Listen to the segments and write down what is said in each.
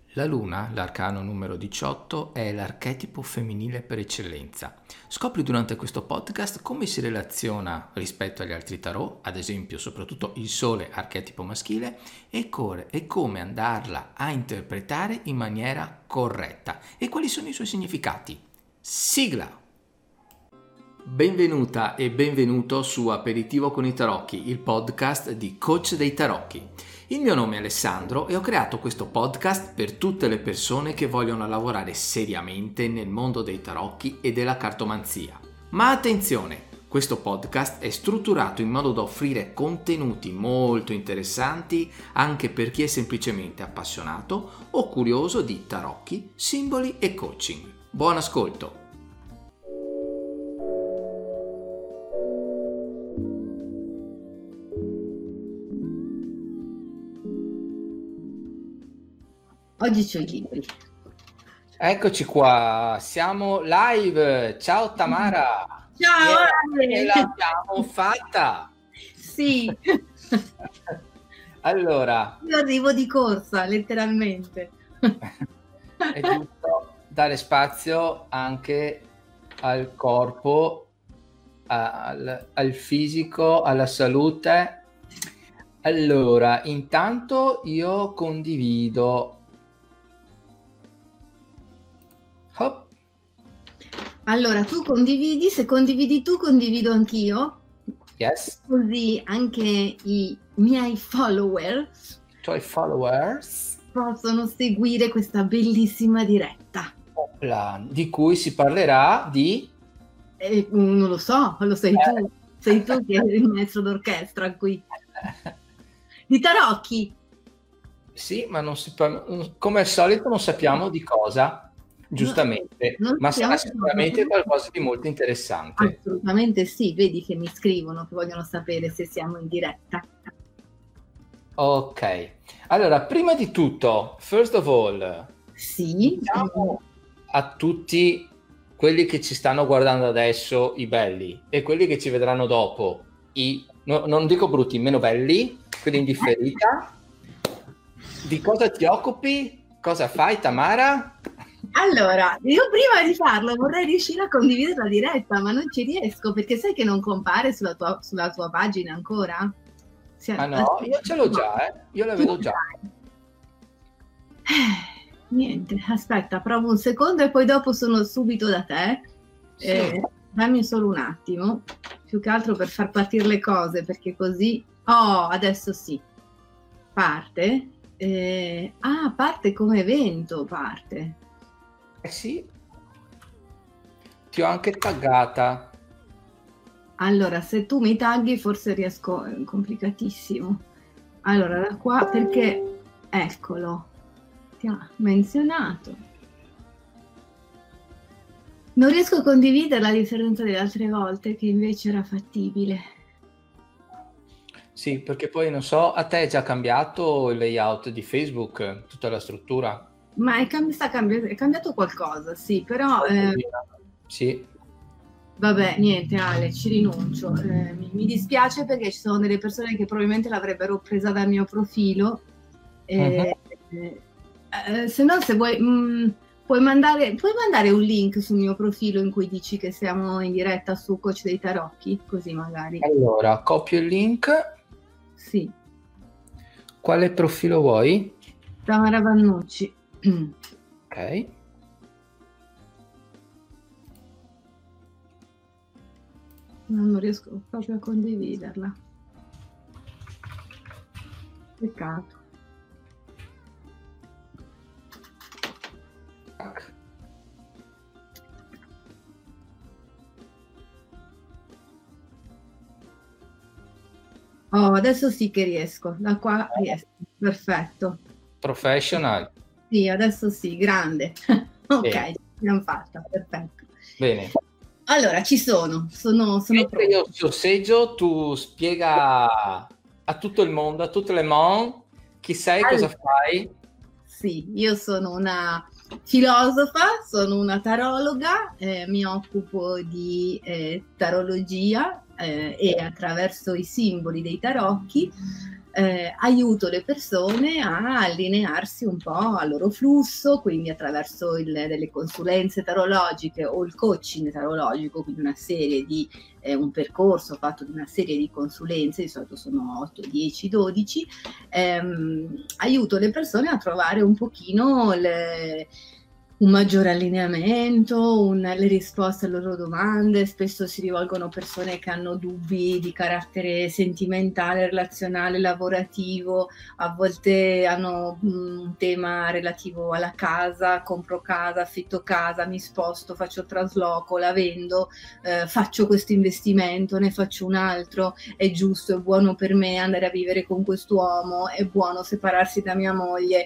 La luna, l'arcano numero 18, è l'archetipo femminile per eccellenza. Scopri durante questo podcast come si relaziona rispetto agli altri tarot, ad esempio soprattutto il sole, archetipo maschile, e come andarla a interpretare in maniera corretta e quali sono i suoi significati. Sigla! Benvenuta e benvenuto su Aperitivo con i Tarocchi, il podcast di Coach dei Tarocchi. Il mio nome è Alessandro e ho creato questo podcast per tutte le persone che vogliono lavorare seriamente nel mondo dei tarocchi e della cartomanzia. Ma attenzione, questo podcast è strutturato in modo da offrire contenuti molto interessanti anche per chi è semplicemente appassionato o curioso di tarocchi, simboli e coaching. Buon ascolto! Oggi c'ho i libri. Eccoci qua, siamo live. Ciao Tamara. Ciao! Ce l'abbiamo fatta. Sì. Allora, Io arrivo di corsa, letteralmente. è giusto dare spazio anche al corpo, al fisico, alla salute. Allora, intanto io condivido. Hop. Allora, tu condividi, se condividi tu, condivido anch'io. Yes. Così anche i miei followers possono seguire questa bellissima diretta. Di cui si parlerà di... Non lo so, lo sai tu. Sei tu che eri il maestro d'orchestra qui. Di tarocchi. Sì, ma non si come al solito non sappiamo di cosa. Giustamente, ma sarà sicuramente qualcosa di molto interessante. Assolutamente sì, vedi che mi scrivono, che vogliono sapere se siamo in diretta. Ok, allora, prima di tutto, first of all, sì, diciamo a tutti quelli che ci stanno guardando adesso, i belli, e quelli che ci vedranno dopo, non dico brutti, meno belli, quelli in differita, di cosa ti occupi? Cosa fai, Tamara? Allora, io prima di farlo vorrei riuscire a condividere la diretta, ma non ci riesco perché sai che non compare sulla tua pagina ancora? Ah no, io ce l'ho già, io la vedo già. Niente, aspetta, provo un secondo e poi dopo sono subito da te. Sì. Dammi solo un attimo, più che altro per far partire le cose, perché così... Oh, adesso sì, parte. Parte come evento, parte. Sì, ti ho anche taggata. Allora, se tu mi tagghi forse riesco, è complicatissimo. Allora, da qua, perché, eccolo, ti ha menzionato. Non riesco a condividerla a differenza delle altre volte, che invece era fattibile. Sì, perché poi non so, a te è già cambiato il layout di Facebook, tutta la struttura? Ma è cambiato qualcosa, sì, però... Sì. Vabbè, niente Ale, ci rinuncio. Mi dispiace perché ci sono delle persone che probabilmente l'avrebbero presa dal mio profilo. Se no, se vuoi, puoi mandare un link sul mio profilo in cui dici che siamo in diretta su Coach dei Tarocchi, così magari. Allora, copio il link. Sì. Quale profilo vuoi? Tamara Vannucci. Ok. Non riesco proprio a condividerla. Peccato. Oh, adesso sì che riesco. Da qua riesco. Perfetto. Professional. Sì, adesso sì, grande. Ok, l'abbiamo fatta, perfetto. Bene. Allora, ci sono Mentre io sorseggio, tu spiega a tutto il mondo, a tutte le mon, chi sei, cosa fai? Sì, io sono una filosofa, sono una tarologa, mi occupo di tarologia e attraverso i simboli dei tarocchi aiuto le persone a allinearsi un po' al loro flusso, quindi attraverso delle consulenze tarologiche o il coaching tarologico, quindi una serie di un percorso fatto di una serie di consulenze, di solito sono 8, 10, 12, aiuto le persone a trovare un pochino un maggiore allineamento, le risposte alle loro domande. Spesso si rivolgono persone che hanno dubbi di carattere sentimentale, relazionale, lavorativo, a volte hanno un tema relativo alla casa: compro casa, affitto casa, mi sposto, faccio trasloco, la vendo, faccio questo investimento, ne faccio un altro, è giusto, è buono per me andare a vivere con quest'uomo, è buono separarsi da mia moglie.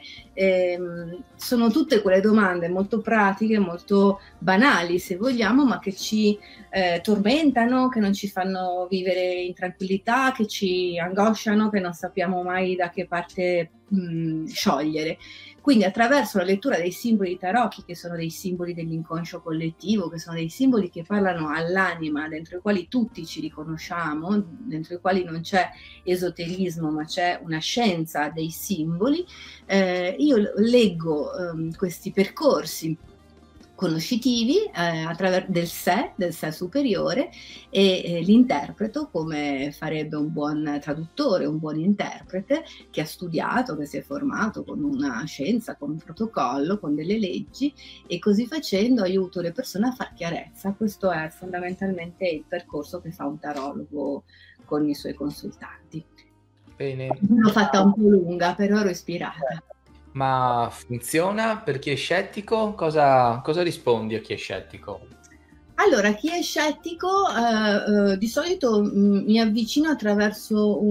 Sono tutte quelle domande molto pratiche, molto banali se vogliamo, ma che ci tormentano, che non ci fanno vivere in tranquillità, che ci angosciano, che non sappiamo mai da che parte sciogliere. Quindi attraverso la lettura dei simboli tarocchi, che sono dei simboli dell'inconscio collettivo, che sono dei simboli che parlano all'anima, dentro i quali tutti ci riconosciamo, dentro i quali non c'è esoterismo, ma c'è una scienza dei simboli, io leggo questi percorsi conoscitivi del sé superiore, e li interpreto come farebbe un buon traduttore, un buon interprete che ha studiato, che si è formato con una scienza, con un protocollo, con delle leggi, e così facendo aiuto le persone a far chiarezza. Questo è fondamentalmente il percorso che fa un tarologo con i suoi consultanti. Bene. L'ho fatta un po' lunga, però ero ispirata. Ma funziona per chi è scettico? Cosa rispondi a chi è scettico? Allora, chi è scettico di solito mi avvicino attraverso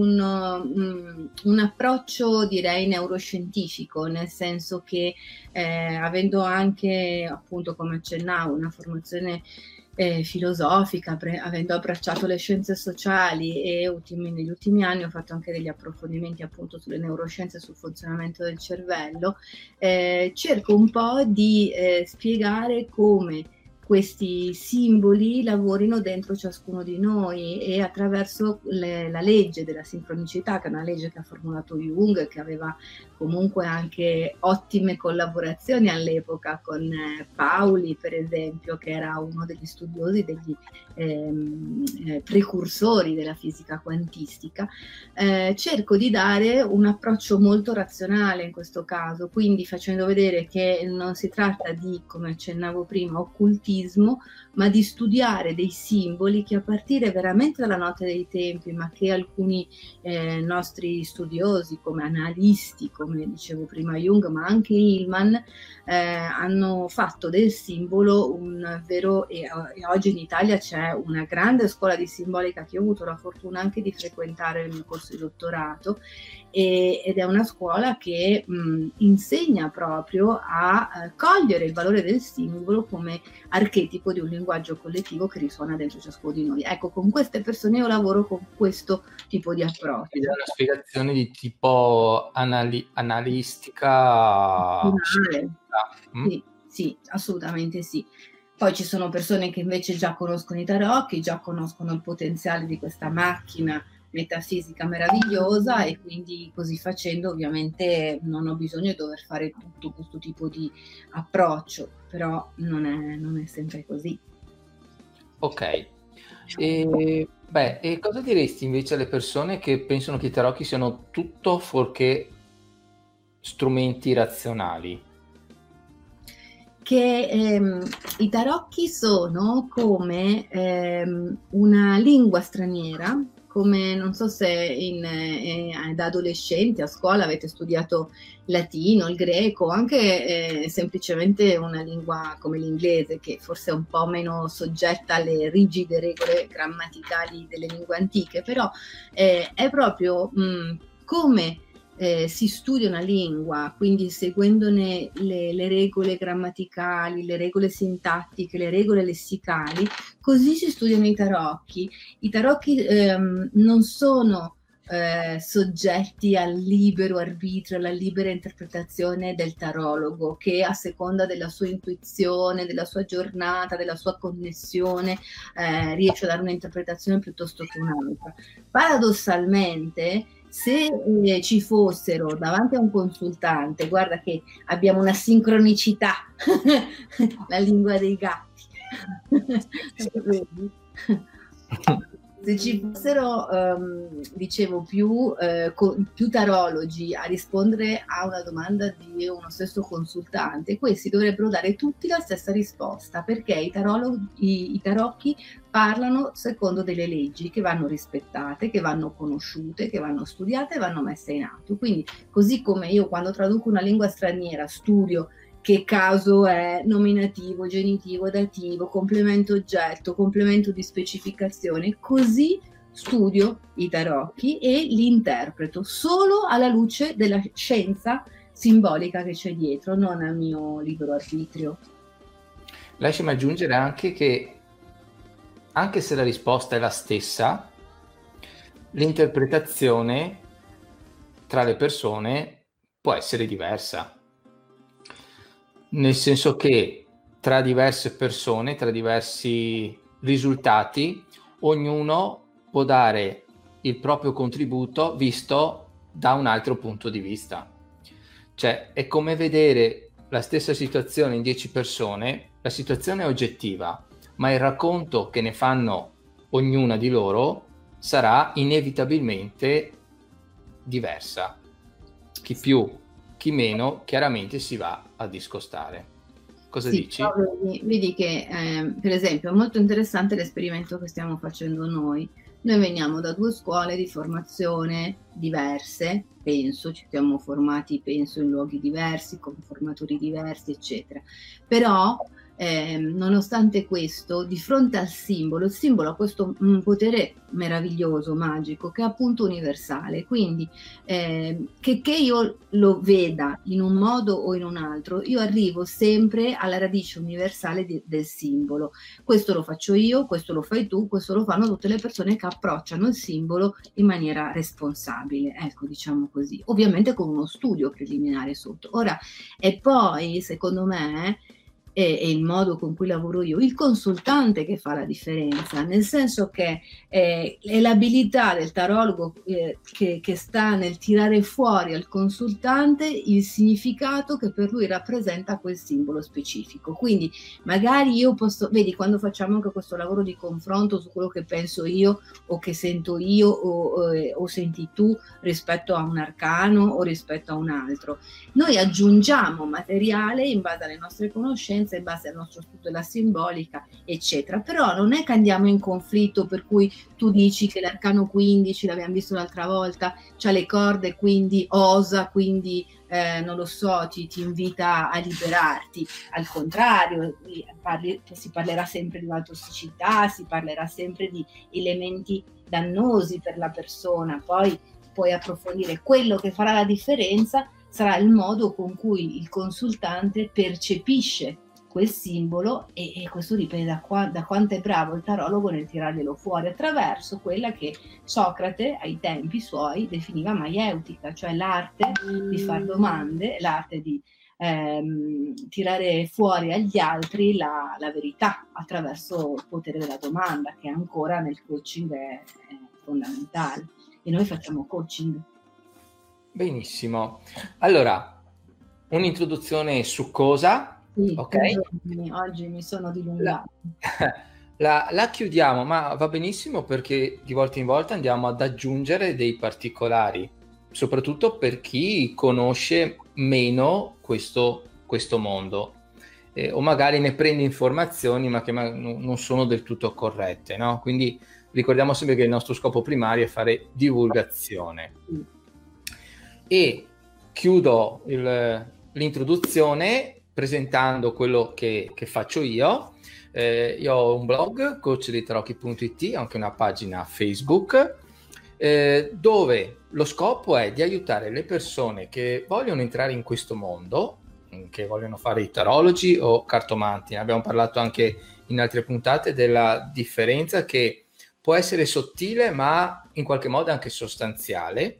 un approccio, direi, neuroscientifico, nel senso che avendo anche, appunto, come accennavo, una formazione filosofica, avendo abbracciato le scienze sociali, e negli ultimi anni ho fatto anche degli approfondimenti appunto sulle neuroscienze e sul funzionamento del cervello, cerco un po' di spiegare come questi simboli lavorino dentro ciascuno di noi, e attraverso la legge della sincronicità, che è una legge che ha formulato Jung, che aveva comunque anche ottime collaborazioni all'epoca con Pauli, per esempio, che era uno degli studiosi, degli precursori della fisica quantistica. Cerco di dare un approccio molto razionale in questo caso, quindi facendo vedere che non si tratta di, come accennavo prima, occultismo, ma di studiare dei simboli che, a partire veramente dalla notte dei tempi, ma che alcuni nostri studiosi, come analisti, come dicevo prima Jung, ma anche Hillman, hanno fatto del simbolo un vero, e oggi in Italia c'è una grande scuola di simbolica che ho avuto la fortuna anche di frequentare nel mio corso di dottorato, ed è una scuola che insegna proprio a cogliere il valore del simbolo come archetipo di un linguaggio collettivo che risuona dentro ciascuno di noi. Ecco, con queste persone io lavoro con questo tipo di approccio. È una spiegazione di tipo analistica. Sì, sì, assolutamente sì. Poi ci sono persone che invece già conoscono i tarocchi, già conoscono il potenziale di questa macchina metafisica meravigliosa, e quindi così facendo ovviamente non ho bisogno di dover fare tutto questo tipo di approccio, però non è sempre così. Ok. E cosa diresti invece alle persone che pensano che i tarocchi siano tutto fuorché strumenti razionali? Che i tarocchi sono come una lingua straniera, come, non so se da adolescenti a scuola avete studiato latino, il greco, anche semplicemente una lingua come l'inglese, che forse è un po' meno soggetta alle rigide regole grammaticali delle lingue antiche, però è proprio come si studia una lingua, quindi seguendone le regole grammaticali, le regole sintattiche, le regole lessicali, così si studiano i tarocchi. I tarocchi non sono soggetti al libero arbitrio, alla libera interpretazione del tarologo, che a seconda della sua intuizione, della sua giornata, della sua connessione riesce a dare un'interpretazione piuttosto che un'altra. Paradossalmente Se ci fossero davanti a un consultante, guarda che abbiamo una sincronicità, la lingua dei gatti. Se ci fossero, dicevo, più tarologi a rispondere a una domanda di uno stesso consultante, questi dovrebbero dare tutti la stessa risposta, perché i tarocchi parlano secondo delle leggi che vanno rispettate, che vanno conosciute, che vanno studiate e vanno messe in atto. Quindi, così come io quando traduco una lingua straniera studio che caso è nominativo, genitivo, dativo, complemento oggetto, complemento di specificazione, così studio i tarocchi e li interpreto solo alla luce della scienza simbolica che c'è dietro, non a mio libero arbitrio. Lasciami aggiungere anche che, anche se la risposta è la stessa, l'interpretazione tra le persone può essere diversa. Nel senso che tra diverse persone, tra diversi risultati, ognuno può dare il proprio contributo visto da un altro punto di vista. Cioè, è come vedere la stessa situazione in 10 persone, la situazione è oggettiva, ma il racconto che ne fanno ognuna di loro sarà inevitabilmente diversa. Chi più, chi meno, chiaramente si va a discostare. Cosa dici? Vedi che, per esempio, è molto interessante l'esperimento che stiamo facendo noi. Noi veniamo da 2 scuole di formazione diverse, penso, ci siamo formati, penso, in luoghi diversi, con formatori diversi, eccetera. Però, nonostante questo, di fronte al simbolo, il simbolo ha questo potere meraviglioso, magico, che è appunto universale. Quindi, che io lo veda in un modo o in un altro, io arrivo sempre alla radice universale del simbolo. Questo lo faccio io, questo lo fai tu, questo lo fanno tutte le persone che approcciano il simbolo in maniera responsabile, ecco, diciamo così. Ovviamente con uno studio preliminare sotto. Ora, e poi, secondo me, è il modo con cui lavoro io, il consultante che fa la differenza, nel senso che è l'abilità del tarologo che sta nel tirare fuori al consultante il significato che per lui rappresenta quel simbolo specifico. Quindi magari io posso, vedi, quando facciamo anche questo lavoro di confronto su quello che penso io o che sento io o senti tu rispetto a un arcano o rispetto a un altro, noi aggiungiamo materiale in base alle nostre conoscenze, in base al nostro studio della simbolica, eccetera. Però non è che andiamo in conflitto per cui tu dici che l'arcano 15, l'abbiamo visto l'altra volta, c'ha le corde, quindi osa, quindi non lo so, ti invita a liberarti. Al contrario, si parlerà sempre di una tossicità, si parlerà sempre di elementi dannosi per la persona. Poi puoi approfondire. Quello che farà la differenza sarà il modo con cui il consultante percepisce quel simbolo e questo dipende da quanto è bravo il tarologo nel tirarglielo fuori attraverso quella che Socrate ai tempi suoi definiva maieutica, cioè l'arte di fare domande, l'arte di tirare fuori agli altri la verità attraverso il potere della domanda, che ancora nel coaching è fondamentale, e noi facciamo coaching. Benissimo. Allora, un'introduzione succosa. Sì, ok? Oggi mi sono dilungato. La chiudiamo, ma va benissimo perché di volta in volta andiamo ad aggiungere dei particolari, soprattutto per chi conosce meno questo mondo o magari ne prende informazioni ma che non sono del tutto corrette, no? Quindi ricordiamo sempre che il nostro scopo primario è fare divulgazione. E chiudo l'introduzione presentando quello che faccio io. Io ho un blog, coachdeitarocchi.it, anche una pagina Facebook, dove lo scopo è di aiutare le persone che vogliono entrare in questo mondo, che vogliono fare i tarologi o cartomanti. Abbiamo parlato anche in altre puntate della differenza che può essere sottile ma in qualche modo anche sostanziale.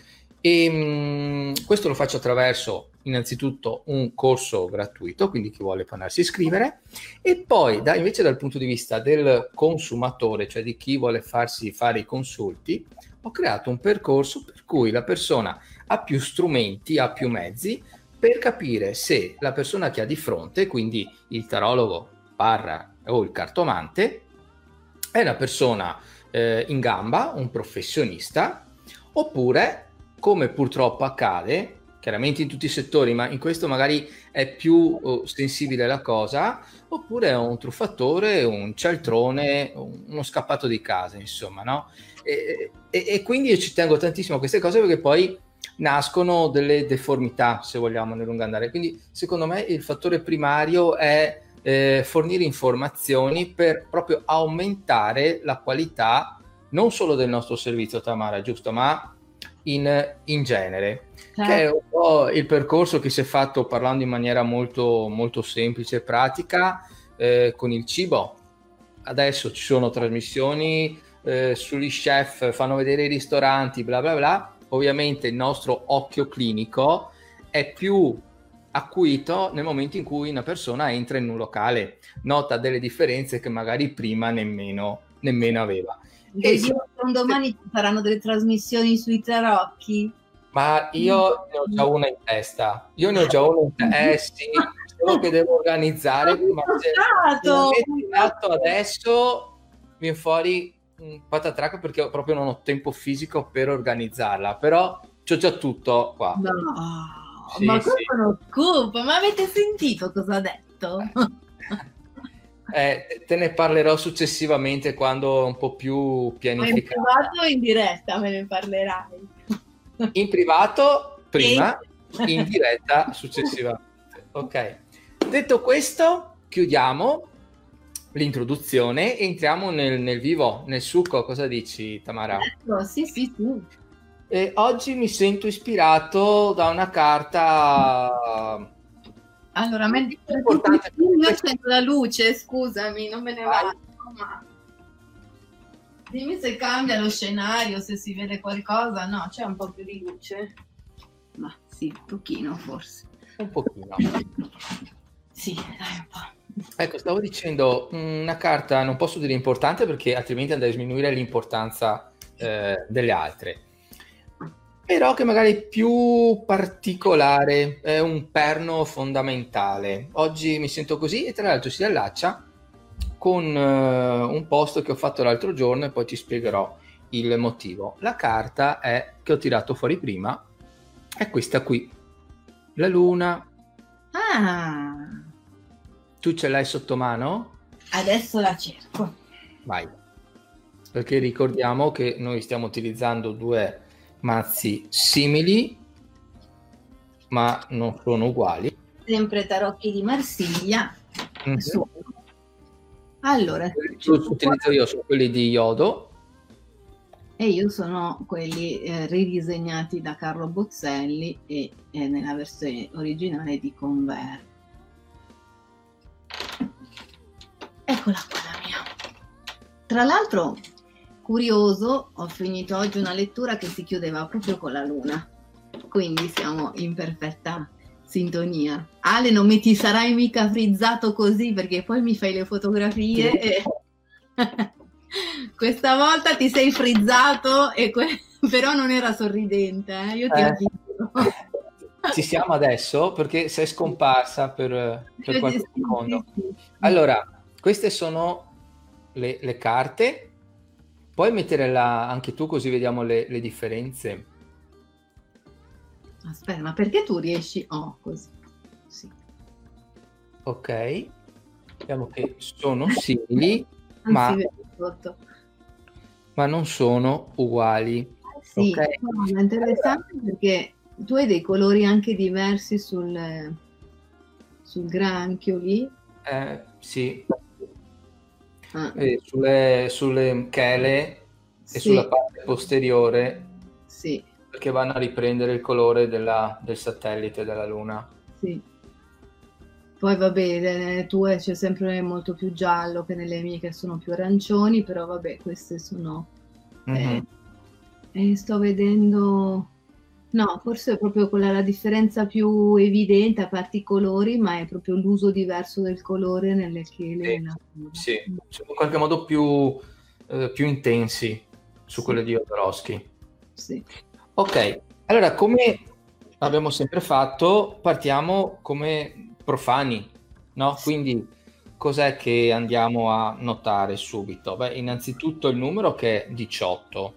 E questo lo faccio attraverso innanzitutto un corso gratuito, quindi chi vuole può andarsi a iscrivere, e poi invece dal punto di vista del consumatore, cioè di chi vuole farsi fare i consulti, ho creato un percorso per cui la persona ha più strumenti, ha più mezzi per capire se la persona che ha di fronte, quindi il tarologo o il cartomante, è una persona in gamba, un professionista, oppure, come purtroppo accade, chiaramente in tutti i settori, ma in questo magari è più sensibile la cosa, oppure è un truffatore, un cialtrone, uno scappato di casa, insomma, no? E quindi io ci tengo tantissimo a queste cose, perché poi nascono delle deformità, se vogliamo, nel lungo andare. Quindi secondo me il fattore primario è fornire informazioni per proprio aumentare la qualità non solo del nostro servizio, Tamara, giusto, ma in genere, che è un po' il percorso che si è fatto parlando in maniera molto, molto semplice e pratica con il cibo. Adesso ci sono trasmissioni sugli chef, fanno vedere i ristoranti, bla bla bla. Ovviamente il nostro occhio clinico è più acuito nel momento in cui una persona entra in un locale, nota delle differenze che magari prima nemmeno aveva. E un domani ci saranno delle trasmissioni sui tarocchi? Ma io ne ho già una in testa. Sì, solo che devo organizzare. Ma se in atto adesso viene fuori un patatrac, perché proprio non ho tempo fisico per organizzarla, però c'ho già tutto qua. No. Sì, ma questo è uno scoop, ma avete sentito cosa ha detto? Te ne parlerò successivamente, quando è un po' più pianificato. In privato o in diretta me ne parlerai? In privato prima, in diretta successivamente. Ok. Detto questo, chiudiamo l'introduzione e entriamo nel vivo, nel succo. Cosa dici, Tamara? Sì. E oggi mi sento ispirato da una carta. Allora, io accendo la luce, scusami, non me ne vado. Ma dimmi se cambia lo scenario, se si vede qualcosa. No, c'è un po' più di luce. Ma sì, un pochino forse. Un pochino. Sì, dai un po'. Ecco, stavo dicendo, una carta non posso dire importante, perché altrimenti andrei a diminuire l'importanza delle altre. Però che magari è più particolare, è un perno fondamentale. Oggi mi sento così, e tra l'altro si allaccia con un post che ho fatto l'altro giorno, e poi ti spiegherò il motivo. La carta che ho tirato fuori prima è questa qui, la luna. Tu ce l'hai sotto mano? Adesso la cerco. Vai. Perché ricordiamo che noi stiamo utilizzando due mazzi simili, ma non sono uguali. Sempre tarocchi di Marsiglia. Mm-hmm. Allora, utilizzo io sono quelli di iodo, e io sono quelli ridisegnati da Carlo Bozzelli e nella versione originale di Conver. Eccola qua la mia. Tra l'altro, curioso, ho finito oggi una lettura che si chiudeva proprio con la luna, quindi siamo in perfetta sintonia. Ale, non mi ti sarai mica frizzato così, perché poi mi fai le fotografie e questa volta ti sei frizzato, però non era sorridente, io ti avviso. Ci siamo adesso, perché sei scomparsa per qualche secondo. Allora, queste sono le carte. Puoi mettere anche tu, così vediamo le differenze. Aspetta, ma perché tu riesci? Così. Sì. Ok. Vediamo che sono simili, ma non sono uguali. Sì, okay. È interessante perché tu hai dei colori anche diversi sul granchio lì. Sì. Sulle chele, sì. E sulla parte posteriore, sì, perché vanno a riprendere il colore del satellite della luna. Sì. Poi vabbè, nelle tue c'è sempre molto più giallo che nelle mie, che sono più arancioni, però vabbè, queste sono sto vedendo, no, forse è proprio quella la differenza più evidente, a parte i colori, ma è proprio l'uso diverso del colore nelle chele. Sì, sono in qualche modo più intensi su quelle di Jodorowsky. Sì. Ok, allora come abbiamo sempre fatto, partiamo come profani, no? Quindi cos'è che andiamo a notare subito? Beh, innanzitutto il numero che è 18,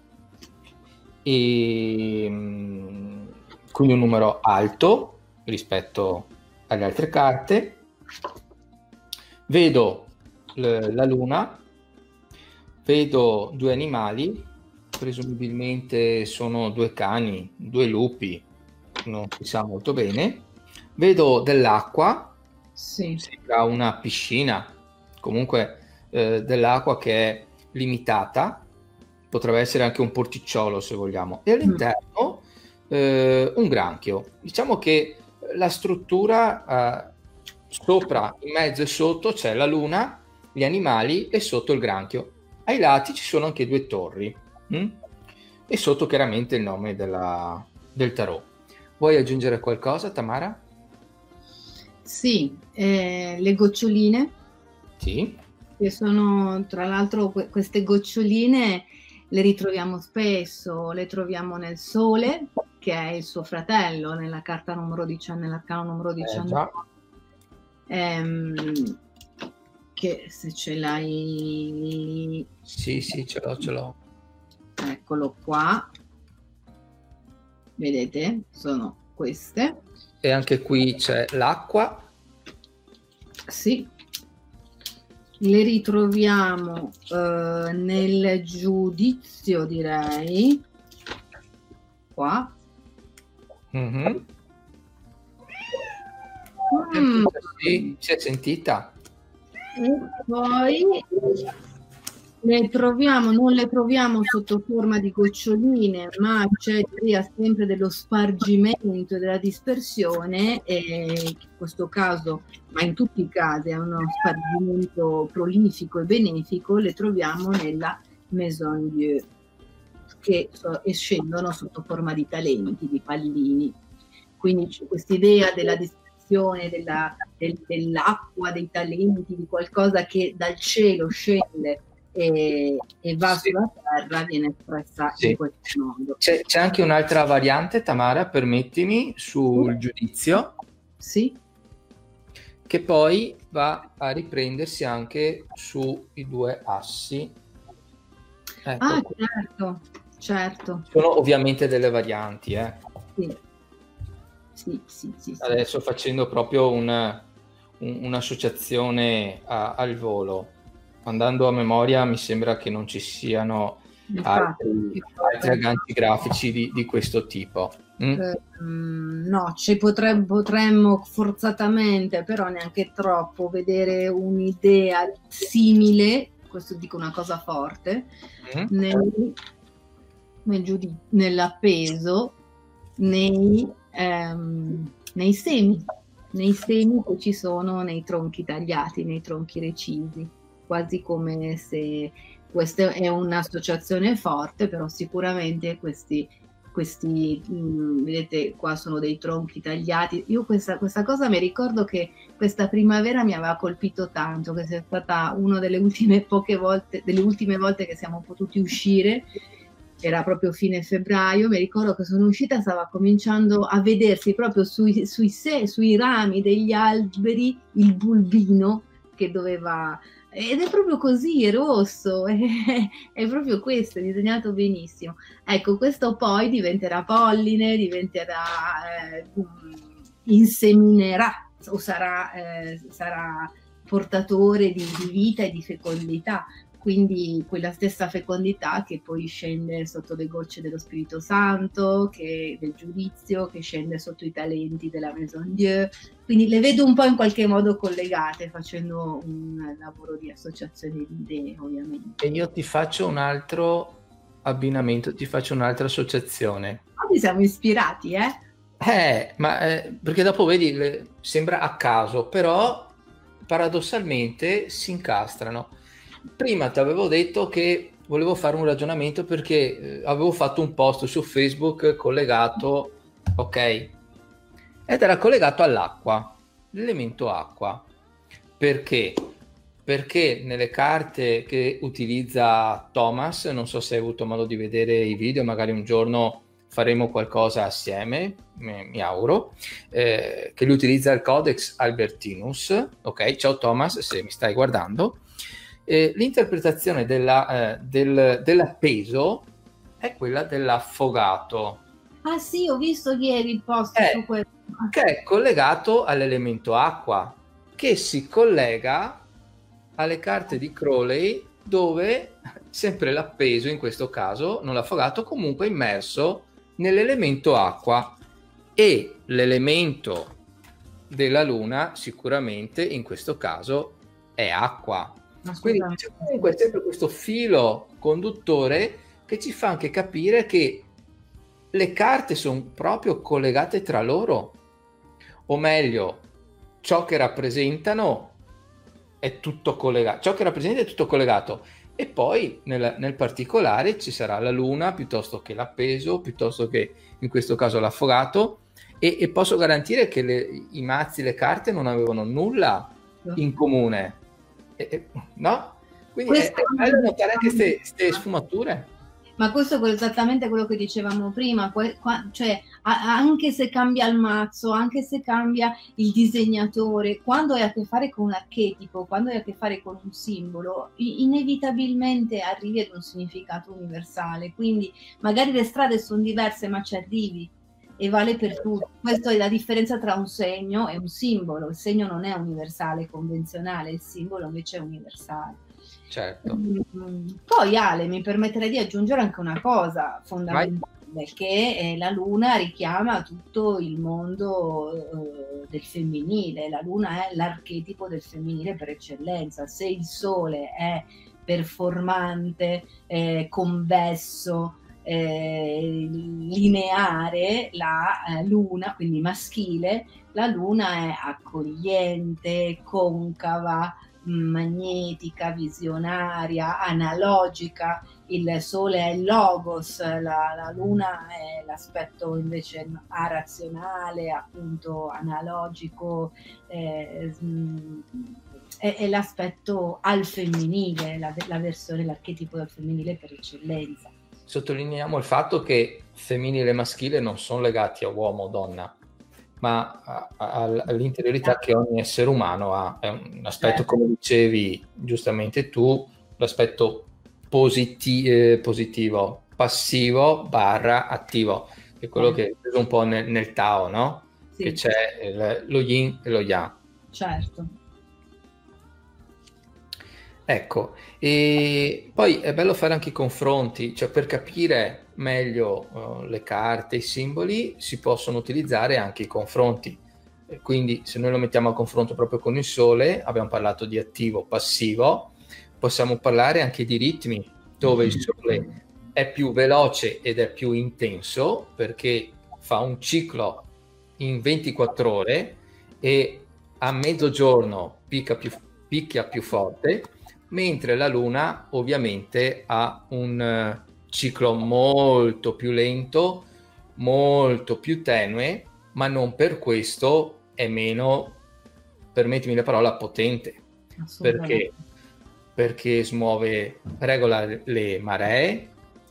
e quindi un numero alto rispetto alle altre carte. Vedo la luna, vedo due animali, presumibilmente sono due cani, due lupi, non si sa molto bene. Vedo dell'acqua, Sì. sembra una piscina, comunque dell'acqua che è limitata, potrebbe essere anche un porticciolo se vogliamo, e all'interno un granchio. Diciamo che la struttura sopra, in mezzo e sotto c'è la luna, gli animali e sotto il granchio. Ai lati ci sono anche due torri e sotto chiaramente il nome del tarot. Vuoi aggiungere qualcosa, Tamara? Sì, le goccioline, Sì. che sono tra l'altro queste goccioline le ritroviamo spesso, le troviamo nel Sole, che è il suo fratello nella carta numero 19, nell'arcano numero 19. Già. Che se ce l'hai, Sì, ce l'ho. eccolo qua, vedete, sono queste. E anche qui c'è l'acqua. Sì, le ritroviamo nel giudizio, direi, qua. Mm-hmm. Sì, si è sentita. E poi non le troviamo sotto forma di goccioline, ma c'è l'idea sempre dello spargimento e della dispersione, e in questo caso, ma in tutti i casi è uno spargimento prolifico e benefico, le troviamo nella Maison Dieu, che scendono sotto forma di talenti, di pallini. Quindi c'è quest'idea della dispersione, dell'acqua, dei talenti, di qualcosa che dal cielo scende e va sulla terra, viene espressa in questo modo. C'è anche un'altra variante, Tamara, permettimi, sul giudizio, sì, che poi va a riprendersi anche sui due assi. Ecco. Certo. Sono ovviamente delle varianti, Sì. Adesso facendo proprio un'associazione al volo, andando a memoria, mi sembra che non ci siano altri agganci grafici di questo tipo. No, ci potremmo forzatamente, però neanche troppo, vedere un'idea simile, questo dico una cosa forte, nell'appeso, nei semi che ci sono nei tronchi tagliati, nei tronchi recisi, quasi come se questa è un'associazione forte, però sicuramente questi vedete qua sono dei tronchi tagliati. Io questa cosa mi ricordo che questa primavera mi aveva colpito tanto, che sia stata una delle ultime volte che siamo potuti uscire. Era proprio fine febbraio, mi ricordo che sono uscita, stava cominciando a vedersi proprio sui rami degli alberi il bulbino che doveva, ed è proprio così, è rosso, è proprio questo, è disegnato benissimo. Ecco, questo poi diventerà polline, inseminerà o sarà portatore di vita e di fecondità. Quindi quella stessa fecondità che poi scende sotto le gocce dello Spirito Santo, del giudizio, che scende sotto i talenti della Maison Dieu. Quindi le vedo un po' in qualche modo collegate, facendo un lavoro di associazione di idee, ovviamente. E io ti faccio un altro abbinamento, ti faccio un'altra associazione. Oggi siamo ispirati, perché dopo vedi, sembra a caso, però paradossalmente si incastrano. Prima ti avevo detto che volevo fare un ragionamento perché avevo fatto un post su Facebook collegato, ok? Ed era collegato all'acqua, l'elemento acqua. Perché perché nelle carte che utilizza Thomas, non so se hai avuto modo di vedere i video, magari un giorno faremo qualcosa assieme, mi auguro, che lui utilizza il Codex Albertinus. Ok, ciao Thomas, se mi stai guardando. L'interpretazione dell'appeso è quella dell'affogato. Ah sì, ho visto ieri il post su questo. Che è collegato all'elemento acqua, che si collega alle carte di Crowley, dove sempre l'appeso, in questo caso, non l'affogato, comunque immerso nell'elemento acqua, e l'elemento della luna sicuramente in questo caso è acqua. Quindi c'è comunque sempre questo filo conduttore che ci fa anche capire che le carte sono proprio collegate tra loro, o meglio, ciò che rappresentano è tutto collegato, ciò che rappresenta è tutto collegato, e poi nel particolare ci sarà la luna piuttosto che l'appeso, piuttosto che in questo caso l'affogato, e posso garantire che i mazzi, le carte non avevano nulla in comune, no? Quindi è bello notare anche queste sfumature. Ma questo è esattamente quello che dicevamo prima, cioè anche se cambia il mazzo, anche se cambia il disegnatore, quando hai a che fare con un archetipo, quando hai a che fare con un simbolo, inevitabilmente arrivi ad un significato universale. Quindi magari le strade sono diverse, ma ci arrivi, e vale per tutti. Questa è la differenza tra un segno e un simbolo. Il segno non è universale, convenzionale, il simbolo invece è universale. Certo. Poi Ale, mi permetterei di aggiungere anche una cosa fondamentale, che la luna richiama tutto il mondo del femminile. La luna è l'archetipo del femminile per eccellenza. Se il sole è performante, convesso, lineare, la luna, quindi maschile, la luna è accogliente, concava, magnetica, visionaria, analogica. Il sole è il logos, la luna è l'aspetto invece arazionale, appunto analogico, è l'aspetto al femminile, la versione, l'archetipo del femminile per eccellenza. Sottolineiamo il fatto che femminile e maschile non sono legati a uomo o donna, ma all'interiorità che ogni essere umano ha. È un aspetto, come dicevi giustamente tu, l'aspetto positivo, passivo / attivo, che è quello che è preso un po' nel Tao, no? Sì. Che c'è lo yin e lo yang. Certo. Ecco, e poi è bello fare anche i confronti, cioè per capire meglio le carte, i simboli, si possono utilizzare anche i confronti. Quindi se noi lo mettiamo a confronto proprio con il sole, abbiamo parlato di attivo, passivo, possiamo parlare anche di ritmi, dove il sole è più veloce ed è più intenso, perché fa un ciclo in 24 ore e a mezzogiorno picchia più forte, mentre la luna ovviamente ha un ciclo molto più lento, molto più tenue, ma non per questo è meno, permettimi la parola, potente. Perché regola le maree,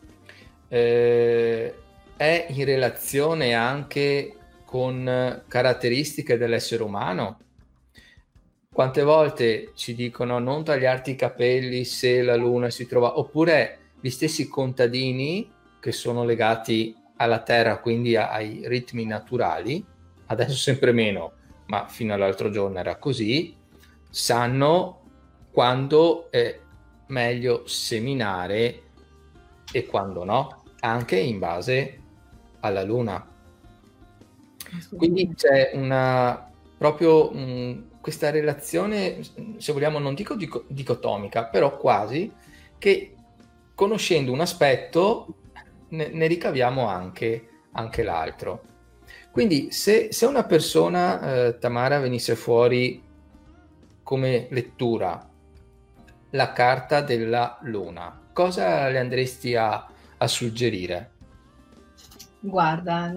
è in relazione anche con caratteristiche dell'essere umano. Quante volte ci dicono non tagliarti i capelli se la luna si trova, oppure gli stessi contadini che sono legati alla terra, quindi ai ritmi naturali, adesso sempre meno, ma fino all'altro giorno era così, sanno quando è meglio seminare e quando no, anche in base alla luna. Quindi c'è proprio questa relazione, se vogliamo, non dico dicotomica, però quasi, che conoscendo un aspetto ne ricaviamo anche l'altro. Quindi se una persona, Tamara, venisse fuori come lettura la carta della luna, cosa le andresti a suggerire? Guarda,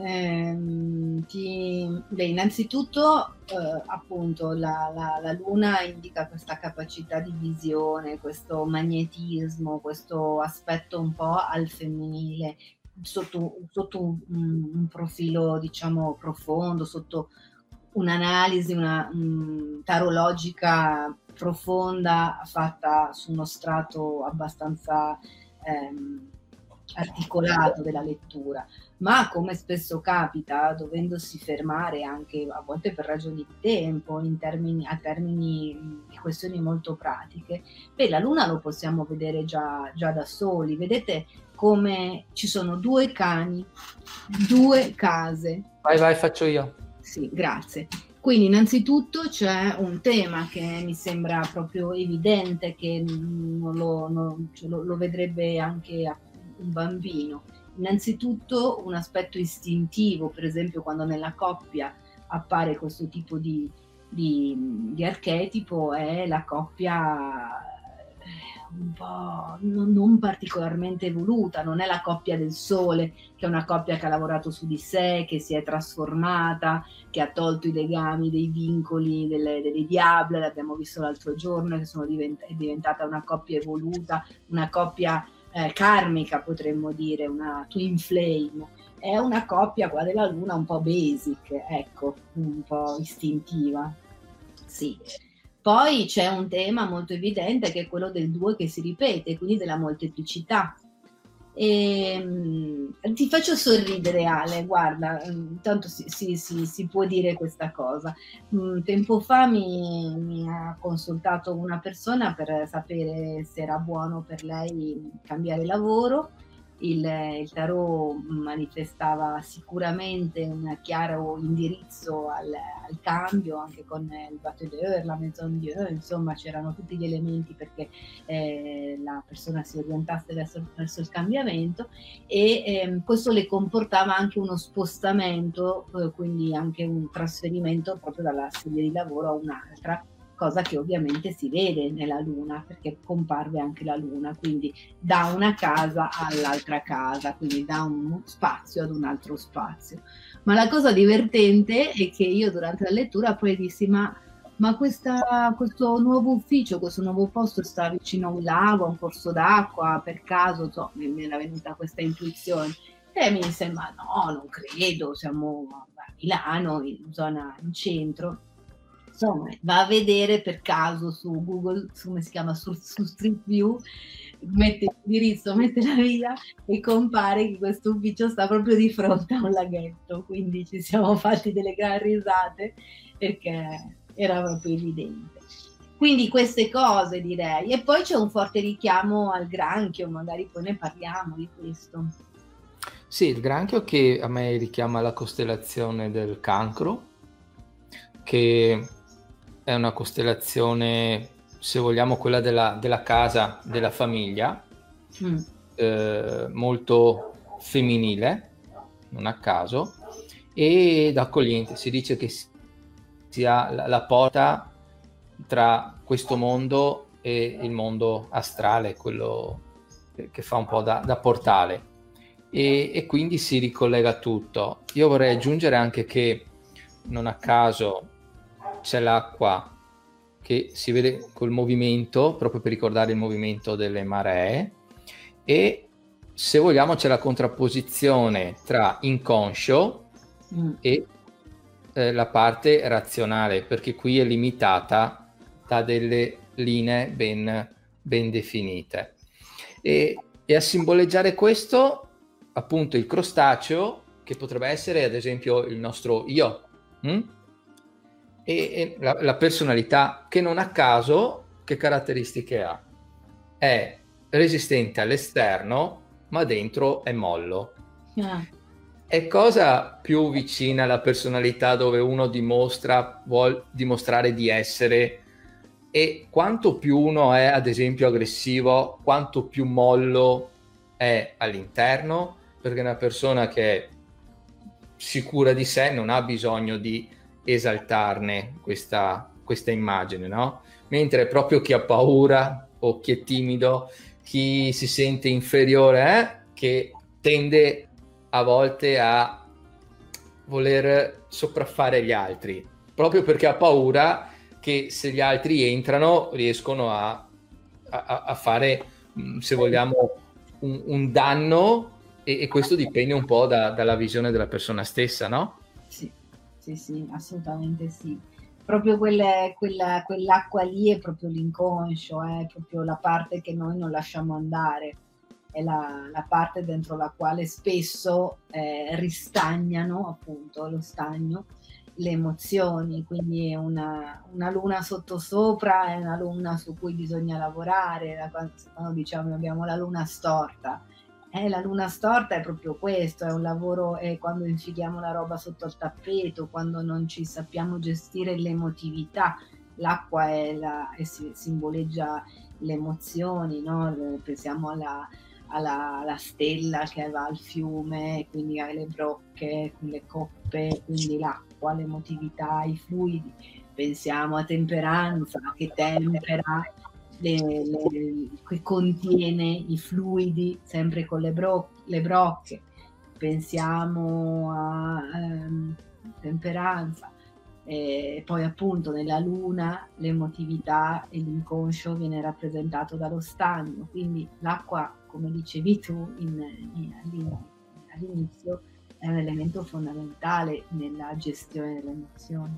innanzitutto appunto la Luna indica questa capacità di visione, questo magnetismo, questo aspetto un po' al femminile, sotto un profilo diciamo profondo, sotto un'analisi tarologica profonda fatta su uno strato abbastanza articolato della lettura. Ma come spesso capita, dovendosi fermare anche a volte per ragioni di tempo, a termini di questioni molto pratiche, la Luna lo possiamo vedere già da soli. Vedete come ci sono 2 cani, 2 case. Vai, faccio io. Sì, grazie. Quindi innanzitutto c'è un tema che mi sembra proprio evidente, che lo vedrebbe anche un bambino. Innanzitutto un aspetto istintivo, per esempio quando nella coppia appare questo tipo di archetipo, è la coppia un po' non particolarmente evoluta, non è la coppia del sole, che è una coppia che ha lavorato su di sé, che si è trasformata, che ha tolto i legami, dei vincoli, delle diable, l'abbiamo visto l'altro giorno, che è diventata una coppia evoluta, una coppia karmica, potremmo dire, una twin flame. È una coppia qua della Luna un po' basic, ecco, un po' istintiva. Sì. Poi c'è un tema molto evidente che è quello del 2 che si ripete, quindi della molteplicità. Ti faccio sorridere, Ale, guarda, tanto si può dire questa cosa. Tempo fa mi ha consultato una persona per sapere se era buono per lei cambiare lavoro. Il tarot manifestava sicuramente un chiaro indirizzo al cambio, anche con il Bateau d'Or, la Maison Dieu, insomma c'erano tutti gli elementi perché la persona si orientasse verso il cambiamento, e questo le comportava anche uno spostamento, quindi anche un trasferimento proprio dalla sede di lavoro a un'altra, cosa che ovviamente si vede nella Luna, perché comparve anche la Luna, quindi da una casa all'altra casa, quindi da uno spazio ad un altro spazio. Ma la cosa divertente è che io durante la lettura poi dissi ma questo nuovo ufficio, questo nuovo posto sta vicino a un lago, a un corso d'acqua, per caso, mi era venuta questa intuizione. E mi disse ma no, non credo, siamo a Milano, in zona in centro. Insomma, va a vedere per caso su Google, come si chiama, su Street View, mette l'indirizzo, mette la via e compare che questo ufficio sta proprio di fronte a un laghetto, quindi ci siamo fatti delle gran risate perché era proprio evidente. Quindi queste cose direi. E poi c'è un forte richiamo al granchio, magari poi ne parliamo di questo. Sì, il granchio che a me richiama la costellazione del Cancro, che è una costellazione, se vogliamo, quella della casa, della famiglia, molto femminile, non a caso, ed accogliente. Si dice che sia la porta tra questo mondo e il mondo astrale, quello che fa un po' da portale, e quindi si ricollega tutto. Io vorrei aggiungere anche che non a caso c'è l'acqua che si vede col movimento, proprio per ricordare il movimento delle maree, e se vogliamo c'è la contrapposizione tra inconscio e la parte razionale, perché qui è limitata da delle linee ben definite. E a simboleggiare questo, appunto, il crostaceo, che potrebbe essere ad esempio il nostro io, e la personalità, che non a caso che caratteristiche ha? È resistente all'esterno, ma dentro è mollo. È cosa più vicina alla personalità dove uno vuol dimostrare di essere, e quanto più uno è ad esempio aggressivo, quanto più mollo è all'interno, perché una persona che è sicura di sé non ha bisogno di esaltarne questa immagine, no? Mentre proprio chi ha paura o chi è timido, chi si sente inferiore, che tende a volte a voler sopraffare gli altri, proprio perché ha paura che se gli altri entrano riescono a fare, se vogliamo, un danno, e questo dipende un po' dalla visione della persona stessa, no? Sì, assolutamente sì. Proprio quell'acqua lì è proprio l'inconscio, è proprio la parte che noi non lasciamo andare, è la parte dentro la quale spesso ristagnano, appunto, lo stagno, le emozioni, quindi è una luna sottosopra, è una luna su cui bisogna lavorare, quando diciamo abbiamo la luna storta. La luna storta è proprio questo, è un lavoro, è quando infiliamo la roba sotto il tappeto, quando non ci sappiamo gestire l'emotività. L'acqua simboleggia le emozioni, no? Pensiamo alla stella che va al fiume, quindi alle brocche, le coppe, quindi l'acqua, l'emotività, i fluidi. Pensiamo a temperanza, che tempera, che contiene i fluidi, sempre con le brocche. Pensiamo a temperanza. E poi appunto nella luna l'emotività e l'inconscio viene rappresentato dallo stagno, quindi l'acqua, come dicevi tu all'inizio, è un elemento fondamentale nella gestione delle emozioni.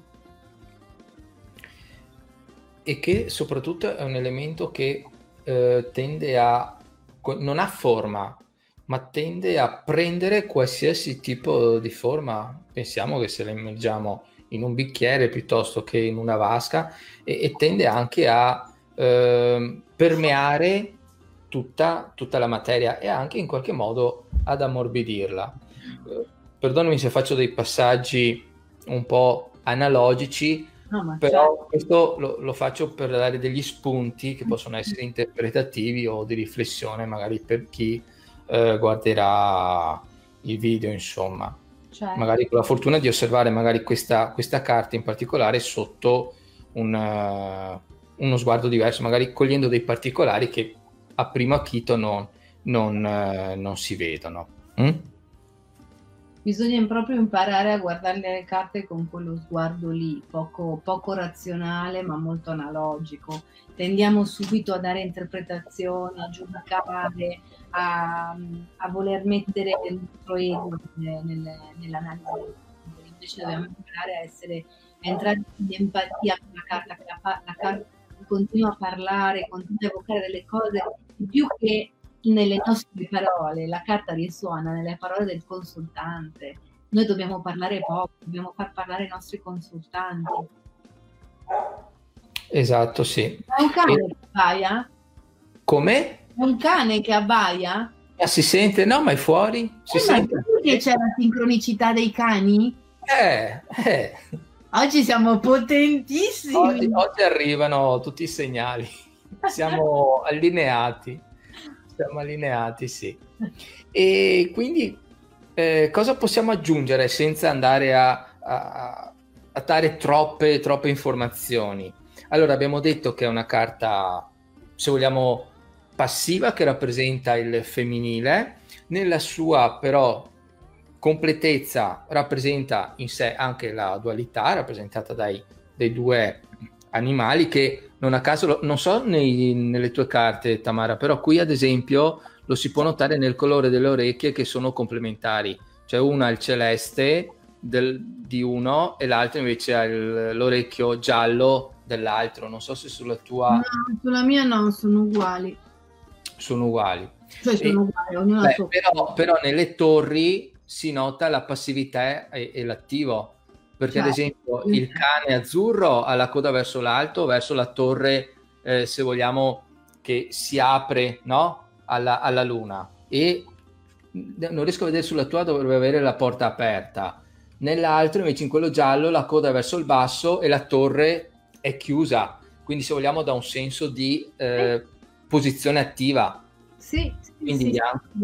E che soprattutto è un elemento che tende non ha forma, ma tende a prendere qualsiasi tipo di forma. Pensiamo che se la immergiamo in un bicchiere piuttosto che in una vasca, e tende anche a permeare tutta la materia, e anche in qualche modo ad ammorbidirla. Perdonami se faccio dei passaggi un po' analogici, però questo lo faccio per dare degli spunti che possono essere interpretativi o di riflessione magari per chi guarderà il video, insomma. Magari con la fortuna di osservare magari questa carta in particolare sotto uno sguardo diverso, magari cogliendo dei particolari che a primo acchito non si vedono. Bisogna proprio imparare a guardare le carte con quello sguardo lì, poco razionale ma molto analogico. Tendiamo subito a dare interpretazioni, a giudicare, a voler mettere il nostro ego nell'analisi. Invece dobbiamo imparare a entrare in empatia con la carta, che la carta continua a parlare, continua a evocare delle cose più che nelle nostre parole. La carta risuona nelle parole del consultante. Noi dobbiamo parlare poco, dobbiamo far parlare i nostri consultanti. Esatto, sì. È un cane che abbaia? Come? È un cane che abbaia? Si sente? No, ma è fuori. Si sente. Perché c'è la sincronicità dei cani? Oggi siamo potentissimi. Oggi arrivano tutti i segnali. Siamo allineati. Sì. E quindi cosa possiamo aggiungere senza andare a dare troppe informazioni? Allora, abbiamo detto che è una carta, se vogliamo, passiva, che rappresenta il femminile. Nella sua però completezza rappresenta in sé anche la dualità, rappresentata dai due animali, che non a caso, non so nelle tue carte, Tamara, però qui ad esempio lo si può notare nel colore delle orecchie, che sono complementari, cioè una ha il celeste di uno e l'altro invece ha l'orecchio giallo dell'altro. Non so se sulla tua... No, sulla mia no, sono uguali. Sono uguali. Cioè sono uguali, ognuno ha il suo però nelle torri si nota la passività e l'attivo. Perché ad esempio il cane azzurro ha la coda verso l'alto, verso la torre, se vogliamo, che si apre, no? alla luna, e non riesco a vedere sulla tua, dovrebbe avere la porta aperta. Nell'altro invece, in quello giallo, la coda è verso il basso e la torre è chiusa, quindi se vogliamo dà un senso di posizione attiva. Sì, quindi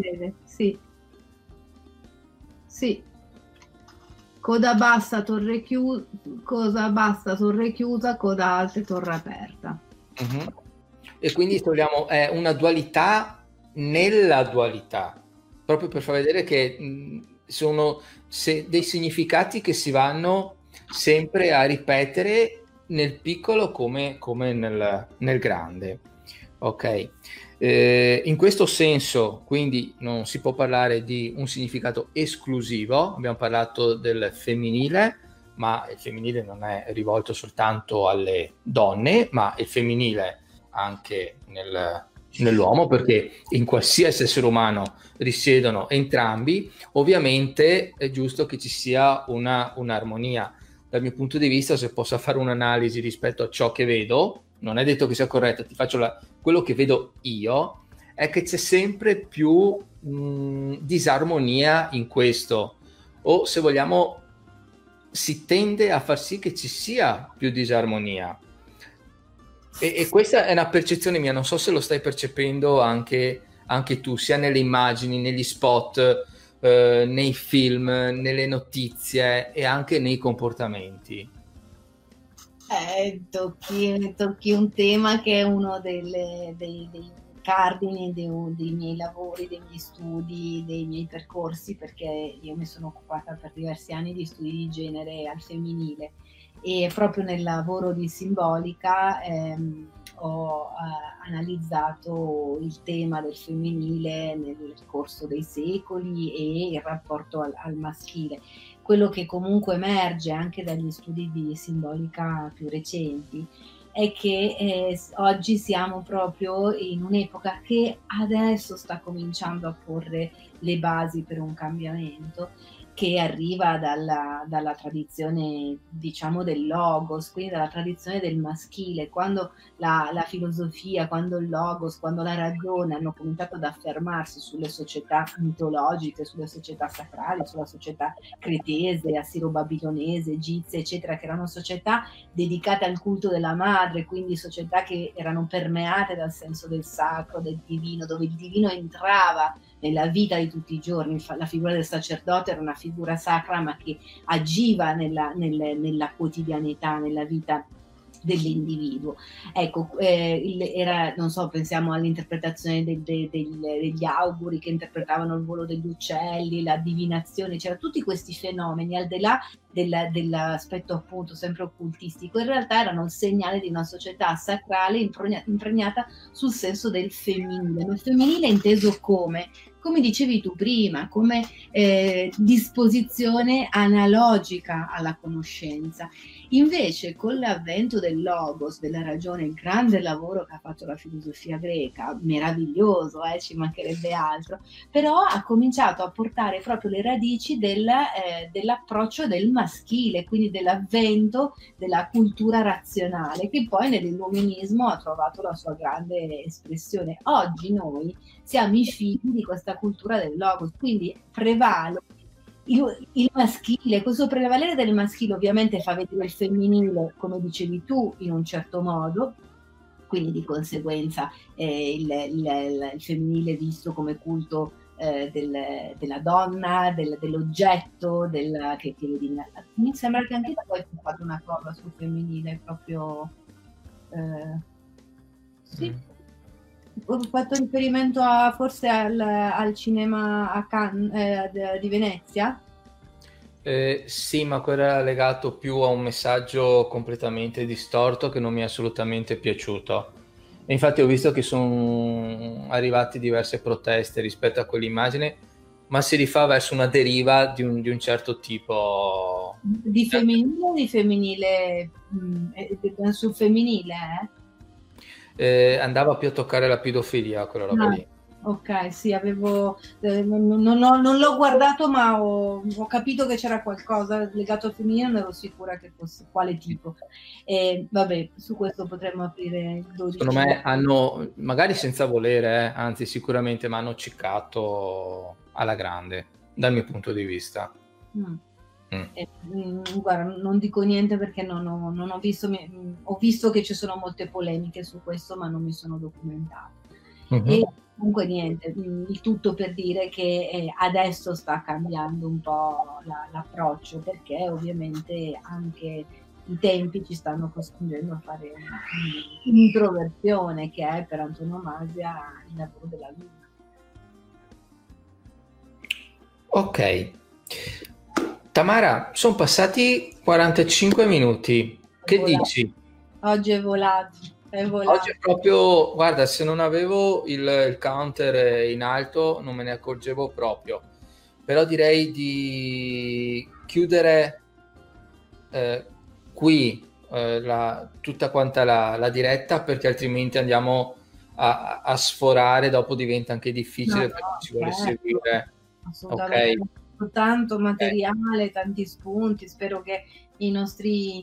sì. Coda bassa, torre chiusa, coda alta, torre aperta. E quindi togliamo una dualità nella dualità, proprio per far vedere che sono dei significati che si vanno sempre a ripetere nel piccolo come nel grande. Ok. In questo senso, quindi, non si può parlare di un significato esclusivo. Abbiamo parlato del femminile, ma il femminile non è rivolto soltanto alle donne, ma il femminile anche nell'uomo, perché in qualsiasi essere umano risiedono entrambi. Ovviamente è giusto che ci sia un'armonia. Dal mio punto di vista, se posso fare un'analisi rispetto a ciò che vedo, non è detto che sia corretto, ti faccio quello che vedo io, è che c'è sempre più disarmonia in questo, o se vogliamo si tende a far sì che ci sia più disarmonia. E questa è una percezione mia, non so se lo stai percependo anche tu, sia nelle immagini, negli spot, nei film, nelle notizie e anche nei comportamenti. Tocchi un tema che è uno dei cardini dei miei lavori, dei miei studi, dei miei percorsi, perché io mi sono occupata per diversi anni di studi di genere al femminile, e proprio nel lavoro di simbolica ho analizzato il tema del femminile nel corso dei secoli e il rapporto al maschile. Quello che comunque emerge anche dagli studi di simbolica più recenti è che oggi siamo proprio in un'epoca che adesso sta cominciando a porre le basi per un cambiamento che arriva dalla tradizione, diciamo, del logos, quindi dalla tradizione del maschile. Quando la filosofia, quando il logos, quando la ragione hanno cominciato ad affermarsi sulle società mitologiche, sulle società sacrali, sulla società cretese, assiro-babilonese, egizia, eccetera, che erano società dedicate al culto della madre, quindi società che erano permeate dal senso del sacro, del divino, dove il divino entrava nella vita di tutti i giorni. La figura del sacerdote era una figura sacra, ma che agiva nella quotidianità, nella vita dell'individuo. Ecco, non so, pensiamo all'interpretazione degli auguri che interpretavano il volo degli uccelli, la divinazione, c'era tutti questi fenomeni, al di là dell'aspetto appunto sempre occultistico, in realtà erano il segnale di una società sacrale impregnata sul senso del femminile, ma il femminile inteso come dicevi tu prima, come disposizione analogica alla conoscenza. Invece con l'avvento del logos, della ragione, il grande lavoro che ha fatto la filosofia greca, meraviglioso, ci mancherebbe altro, però ha cominciato a portare proprio le radici dell'approccio del maschile, quindi dell'avvento della cultura razionale, che poi nell'illuminismo ha trovato la sua grande espressione. Oggi noi siamo i figli di questa cultura del logos, quindi prevale il maschile. Questo prevalere del maschile ovviamente fa vedere il femminile, come dicevi tu, in un certo modo, quindi di conseguenza il femminile visto come culto della donna, dell'oggetto, che vedi. Mi sembra che anche tu hai fatto una cosa sul femminile proprio sì. Ho fatto riferimento forse al cinema a Cannes di Venezia? Sì, ma quello era legato più a un messaggio completamente distorto che non mi è assolutamente piaciuto. E infatti ho visto che sono arrivate diverse proteste rispetto a quell'immagine, ma si rifà verso una deriva di un certo tipo. Di femminile o di femminile? Sul femminile, andava più a toccare la pedofilia, quella roba lì. Ok, sì, non l'ho guardato, ma ho capito che c'era qualcosa legato al femminile, non ero sicura che fosse quale tipo. Vabbè, su questo potremmo aprire 12. Secondo me hanno, magari senza volere, anzi sicuramente, ma hanno ciccato alla grande, dal mio punto di vista. Guarda, non dico niente perché non ho visto, ho visto che ci sono molte polemiche su questo, ma non mi sono documentata. E comunque niente, il tutto per dire che adesso sta cambiando un po' l'approccio, perché ovviamente anche i tempi ci stanno costringendo a fare un'introversione che è per antonomasia il lavoro della vita. Ok, Tamara, sono passati 45 minuti. È Che volato. dici? Oggi è volato, è Oggi volato. è proprio, guarda, se non avevo il counter in alto non me ne accorgevo proprio. Però direi di chiudere qui tutta quanta la diretta, perché altrimenti andiamo a sforare, dopo diventa anche No, difficile per chi no, ci vuole certo, seguire. assolutamente. Ok? Ho tanto Ok. materiale, tanti spunti. Spero che i nostri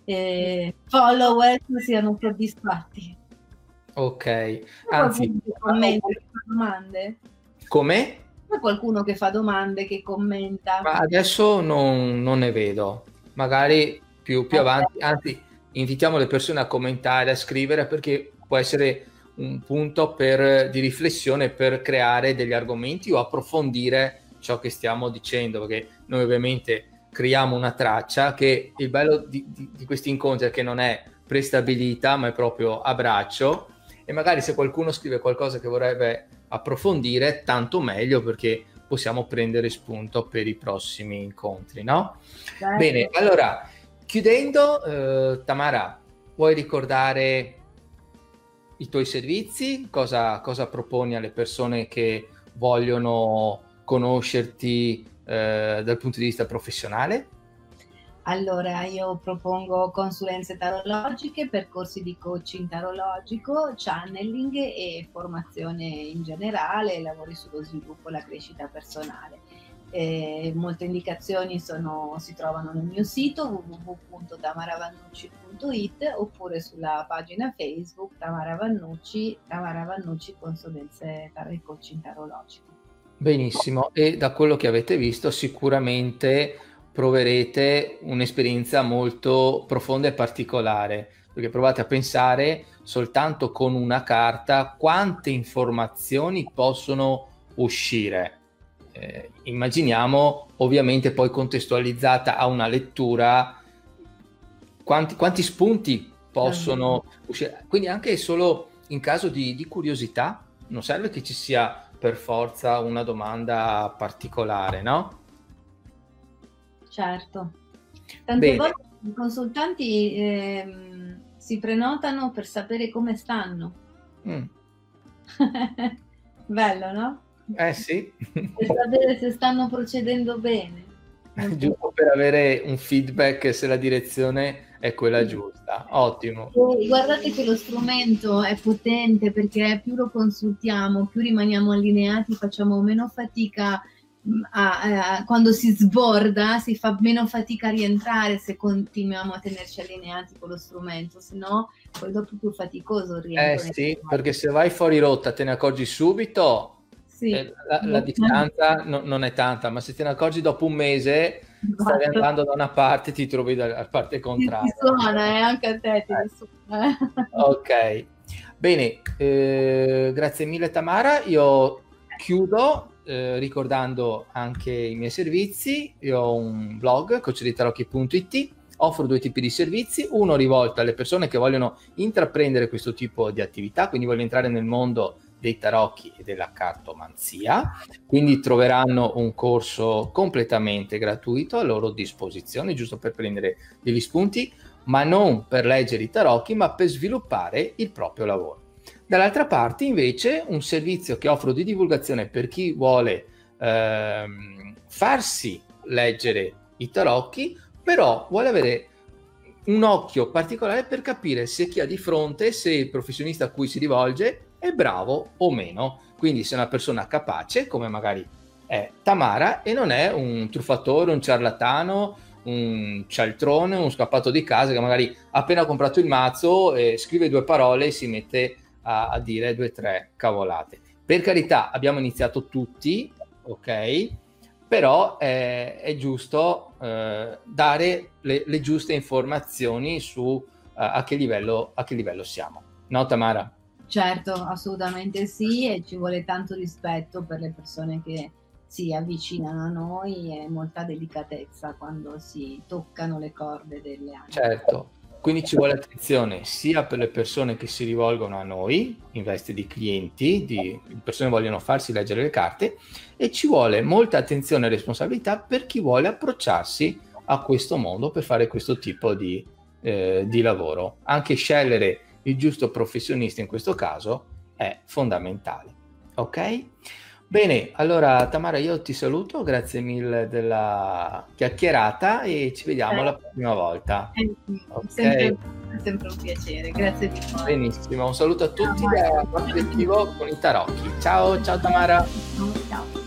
followers siano soddisfatti. Ok, C'è anzi, qualcuno che commenta, che fa domande? come? C'è qualcuno che fa domande, che commenta? Ma adesso non ne vedo, magari più avanti, anzi invitiamo le persone a commentare, a scrivere, perché può essere un punto di riflessione per creare degli argomenti o approfondire ciò che stiamo dicendo, perché noi ovviamente creiamo una traccia, che il bello di questi incontri è che non è prestabilita, ma è proprio a braccio, e magari se qualcuno scrive qualcosa che vorrebbe approfondire, tanto meglio, perché possiamo prendere spunto per i prossimi incontri, no? Certo. Bene, allora, chiudendo, Tamara, vuoi ricordare i tuoi servizi? Cosa proponi alle persone che vogliono conoscerti dal punto di vista professionale? Allora, io propongo consulenze tarologiche, percorsi di coaching tarologico, channeling e formazione in generale, lavori sullo sviluppo e la crescita personale. Molte indicazioni si trovano nel mio sito www.tamaravannucci.it oppure sulla pagina Facebook Tamara Vannucci Consulenze e Coaching Tarologico. Benissimo, e da quello che avete visto sicuramente proverete un'esperienza molto profonda e particolare, perché provate a pensare soltanto con una carta quante informazioni possono uscire. Immaginiamo, ovviamente poi contestualizzata a una lettura, quanti spunti possono uscire. Quindi anche solo in caso di curiosità, non serve che ci sia per forza una domanda particolare, no? Certo. Tante Bene. volte i consultanti si prenotano per sapere come stanno. Bello, no? Sì. Per sapere se stanno procedendo bene. Giusto per avere un feedback se la direzione è quella giusta. Ottimo. Guardate che lo strumento è potente, perché più lo consultiamo, più rimaniamo allineati, facciamo meno fatica quando si sborda, si fa meno fatica a rientrare se continuiamo a tenerci allineati con lo strumento, se no poi dopo è più faticoso il rientro. Sì, perché se vai fuori rotta te ne accorgi subito. Sì. La distanza non è tanta, ma se te ne accorgi dopo un mese, stavi andando da una parte e ti trovi dalla parte contraria. Ti suona, anche a te ti suona. Ok, bene, grazie mille Tamara. Io chiudo ricordando anche i miei servizi. Io ho un blog, coachdeitarocchi.it, offro due tipi di servizi, uno rivolto alle persone che vogliono intraprendere questo tipo di attività, quindi vogliono entrare nel mondo dei tarocchi e della cartomanzia, quindi troveranno un corso completamente gratuito a loro disposizione, giusto per prendere degli spunti, ma non per leggere i tarocchi, ma per sviluppare il proprio lavoro. Dall'altra parte, invece, un servizio che offro di divulgazione per chi vuole farsi leggere i tarocchi, però vuole avere un occhio particolare per capire se chi ha di fronte, se il professionista a cui si rivolge è bravo o meno. Quindi se è una persona capace, come magari è Tamara, e non è un truffatore, un ciarlatano, un cialtrone, un scappato di casa che magari ha appena comprato il mazzo scrive due parole e si mette a dire 2 o 3 cavolate. Per carità, abbiamo iniziato tutti, ok? Però è giusto dare le giuste informazioni su a che livello siamo. No, Tamara? Certo, assolutamente sì, e ci vuole tanto rispetto per le persone che si avvicinano a noi e molta delicatezza quando si toccano le corde delle anime. Certo. Quindi ci vuole attenzione sia per le persone che si rivolgono a noi, in veste di clienti, di persone che vogliono farsi leggere le carte, e ci vuole molta attenzione e responsabilità per chi vuole approcciarsi a questo mondo per fare questo tipo di lavoro. Anche scegliere il giusto professionista in questo caso è fondamentale. Ok? Bene, allora Tamara, io ti saluto, grazie mille della chiacchierata e ci vediamo la prossima volta. Okay. Sempre un piacere, grazie di cuore. Benissimo, un saluto a tutti da Aperitivo con i Tarocchi. Ciao Tamara. Ciao.